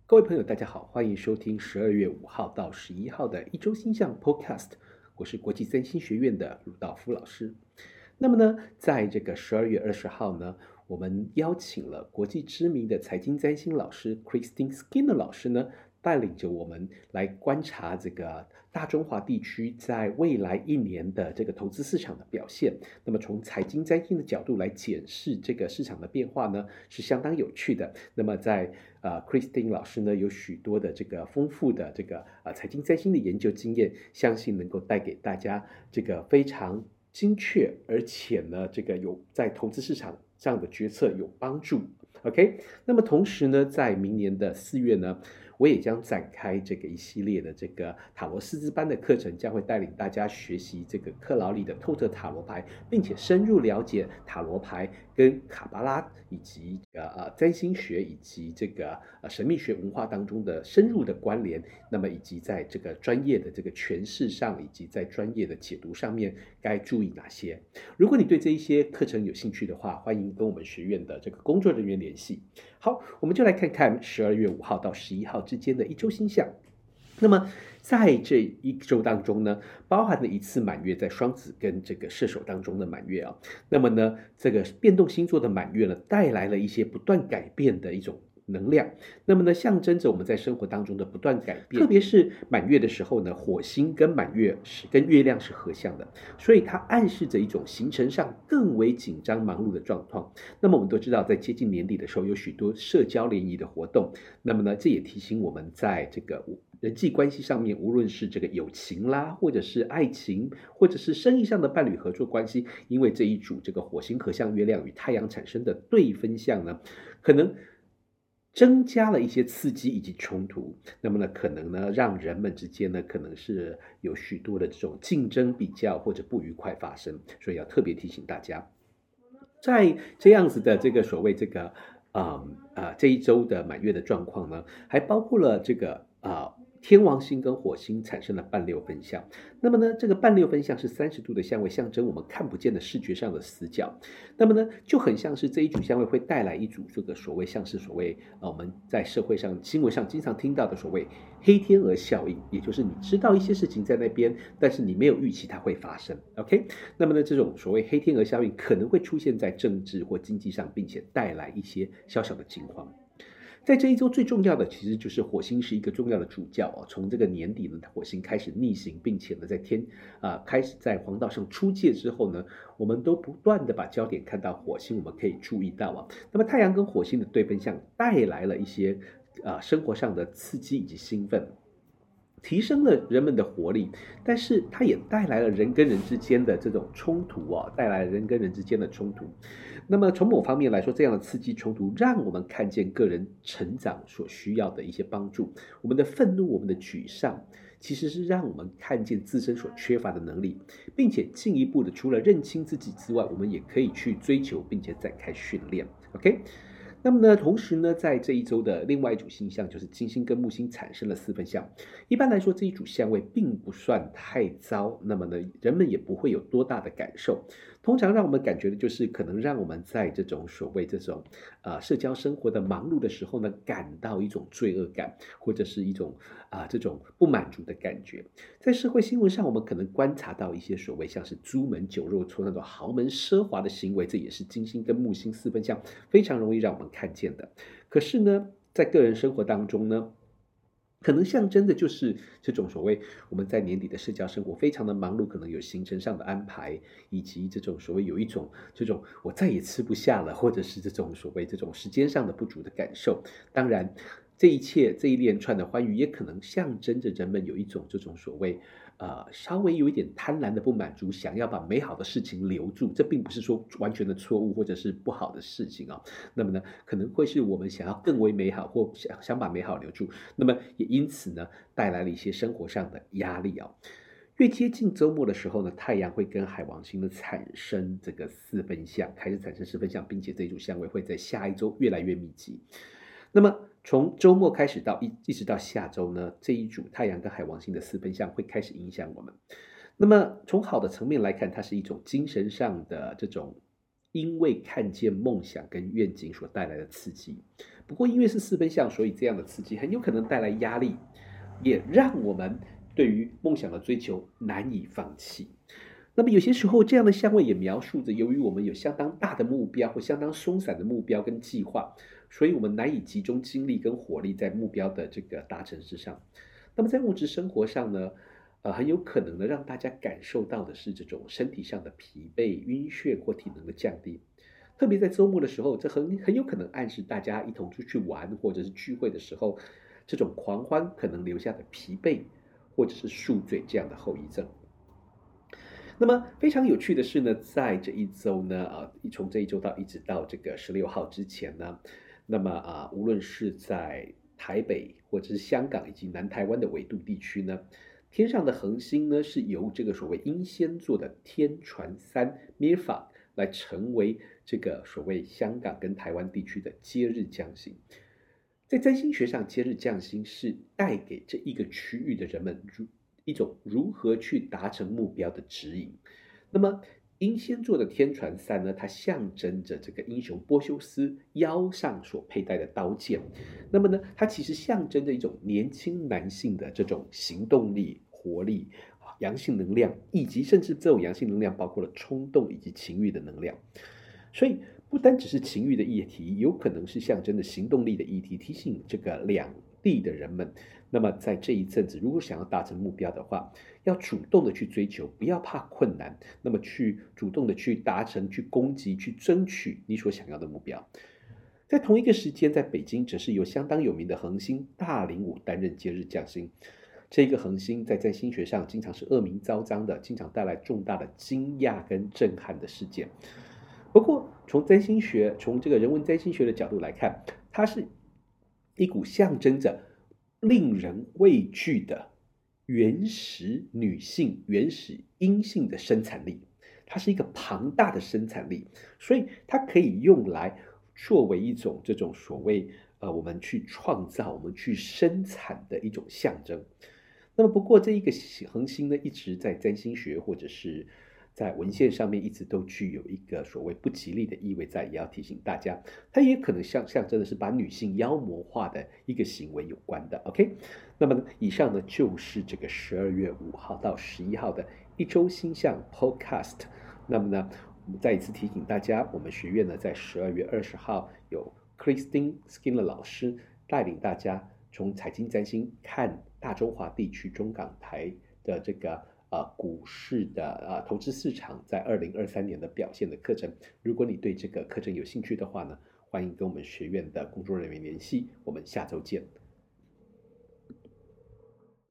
各位朋友，大家好，欢迎收听12月5号到11号的一周星象 Podcast， 我是国际占星学院的鲁道夫老师。那么呢，在这个12月20号呢，我们邀请了国际知名的财经占星老师 Christine Skinner 老师呢，带领着我们来观察这个大中华地区在未来一年的这个投资市场的表现。那么从财经占星的角度来检视这个市场的变化呢，是相当有趣的。那么在Christine 老师呢有许多的这个丰富的这个财经占星的研究经验，相信能够带给大家这个非常精确，而且呢这个有在投资市场上的决策有帮助。OK， 那么同时呢，在明年的4月呢，我也将展开这个一系列的这个塔罗师资班的课程，将会带领大家学习这个克劳里的透彻塔罗牌，并且深入了解塔罗牌跟卡巴拉以及占星学以及这个神秘学文化当中的深入的关联，那么以及在这个专业的这个诠释上，以及在专业的解读上面该注意哪些。如果你对这一些课程有兴趣的话，欢迎跟我们学院的这个工作人员联系。好，我们就来看看12月5号到11号之间的一周星象。那么在这一周当中呢，包含了一次满月在双子跟这个射手当中的满月啊。那么呢，这个变动星座的满月呢，带来了一些不断改变的一种能量，那么呢，象征着我们在生活当中的不断改变。特别是满月的时候呢，火星跟满月是跟月亮是合相的，所以它暗示着一种行程上更为紧张忙碌的状况。那么我们都知道，在接近年底的时候，有许多社交联谊的活动。那么呢，这也提醒我们在这个人际关系上面，无论是这个友情啦，或者是爱情，或者是生意上的伴侣合作关系，因为这一组这个火星合相月亮与太阳产生的对分相呢，可能增加了一些刺激以及冲突，那么呢，可能呢，让人们之间呢，可能是有许多的这种竞争比较或者不愉快发生，所以要特别提醒大家，在这样子的这个所谓这个这一周的满月的状况呢，还包括了这个天王星跟火星产生了半六分相。那么呢，这个半六分相是30度的相位，象征我们看不见的视觉上的死角。那么呢，就很像是这一组相位会带来一组这个所谓像是所谓我们在社会上新闻上经常听到的所谓黑天鹅效应，也就是你知道一些事情在那边，但是你没有预期它会发生。OK， 那么呢，这种所谓黑天鹅效应可能会出现在政治或经济上，并且带来一些小小的惊慌。在这一周最重要的其实就是火星是一个重要的主教哦，从这个年底呢，火星开始逆行，并且呢在开始在黄道上出界之后呢，我们都不断的把焦点看到火星，我们可以注意到啊，那么太阳跟火星的对分相带来了一些生活上的刺激以及兴奋，提升了人们的活力，但是它也带来了人跟人之间的这种冲突哦，带来了人跟人之间的冲突。那么从某方面来说，这样的刺激冲突让我们看见个人成长所需要的一些帮助。我们的愤怒，我们的沮丧，其实是让我们看见自身所缺乏的能力，并且进一步的除了认清自己之外，我们也可以去追求并且展开训练。OK。那么呢，同时呢，在这一周的另外一组星象就是金星跟木星产生了4分相。一般来说，这一组相位并不算太糟，那么呢，人们也不会有多大的感受。通常让我们感觉的就是可能让我们在这种所谓这种社交生活的忙碌的时候呢，感到一种罪恶感，或者是一种这种不满足的感觉。在社会新闻上，我们可能观察到一些所谓像是朱门酒肉臭那种豪门奢华的行为，这也是金星跟木星4分相非常容易让我们看见的。可是呢，在个人生活当中呢，可能象征的就是这种所谓我们在年底的社交生活非常的忙碌，可能有行程上的安排，以及这种所谓有一种这种我再也吃不下了，或者是这种所谓这种时间上的不足的感受。当然这一切这一连串的欢愉也可能象征着人们有一种这种所谓稍微有一点贪婪的不满足，想要把美好的事情留住，这并不是说完全的错误或者是不好的事情啊。那么呢，可能会是我们想要更为美好，或想把美好留住，那么也因此呢，带来了一些生活上的压力啊。越接近周末的时候呢，太阳会跟海王星呢产生这个4分相，开始产生4分相，并且这一组相位会在下一周越来越密集。那么从周末开始一直到下周呢，这一组太阳跟海王星的4分相会开始影响我们。那么从好的层面来看，它是一种精神上的这种因为看见梦想跟愿景所带来的刺激。不过因为是四分相，所以这样的刺激很有可能带来压力，也让我们对于梦想的追求难以放弃。那么有些时候这样的相位也描述着，由于我们有相当大的目标或相当松散的目标跟计划，所以我们难以集中精力跟火力在目标的这个达成之上。那么在物质生活上呢，很有可能呢让大家感受到的是这种身体上的疲惫、晕眩或体能的降低。特别在周末的时候，这很有可能暗示大家一同出去玩或者是聚会的时候，这种狂欢可能留下的疲惫或者是宿醉这样的后遗症。那么非常有趣的是呢，在这一周呢，从这一周一直到这个16号之前呢，那么无论是在台北或者是香港以及南台湾的纬度地区呢，天上的恒星呢是由这个所谓英仙座的天船3 Mirfa 来成为这个所谓香港跟台湾地区的接日将星。在占星学上，接日将星是带给这一个区域的人们一种如何去达成目标的指引。那么英仙座的天船3呢，它象征着这个英雄波修斯腰上所佩戴的刀剑。那么呢，它其实象征着一种年轻男性的这种行动力、活力、阳性能量，以及甚至这种阳性能量包括了冲动以及情欲的能量。所以不单只是情欲的议题，有可能是象征着行动力的议题，提醒这个两地的人们，那么在这一阵子如果想要达成目标的话，要主动的去追求，不要怕困难，那么去主动的去达成、去攻击、去争取你所想要的目标。在同一个时间，在北京则是由相当有名的恒星大灵五担任接日将星。这个恒星在占星学上经常是恶名昭彰的，经常带来重大的惊讶跟震撼的事件。不过从占星学，从这个人文占星学的角度来看，它是一股象征着令人畏惧的原始女性、原始阴性的生产力，它是一个庞大的生产力，所以它可以用来作为一种这种所谓我们去创造、我们去生产的一种象征。那么不过这一个恒星呢，一直在占星学或者是在文献上面一直都具有一个所谓不吉利的意味在，也要提醒大家，它也可能象征的是把女性妖魔化的一个行为有关的。OK， 那么以上呢就是这个12月5号到11号的一周星象 Podcast。那么呢，我们再一次提醒大家，我们学院呢在12月20号有 Christine Skinner 老师带领大家从财经占星看大中华地区中港台的这个股市的投资市场在2023年的表现的课程。如果你对这个课程有兴趣的话呢，欢迎跟我们学院的工作人员联系。我们下周见。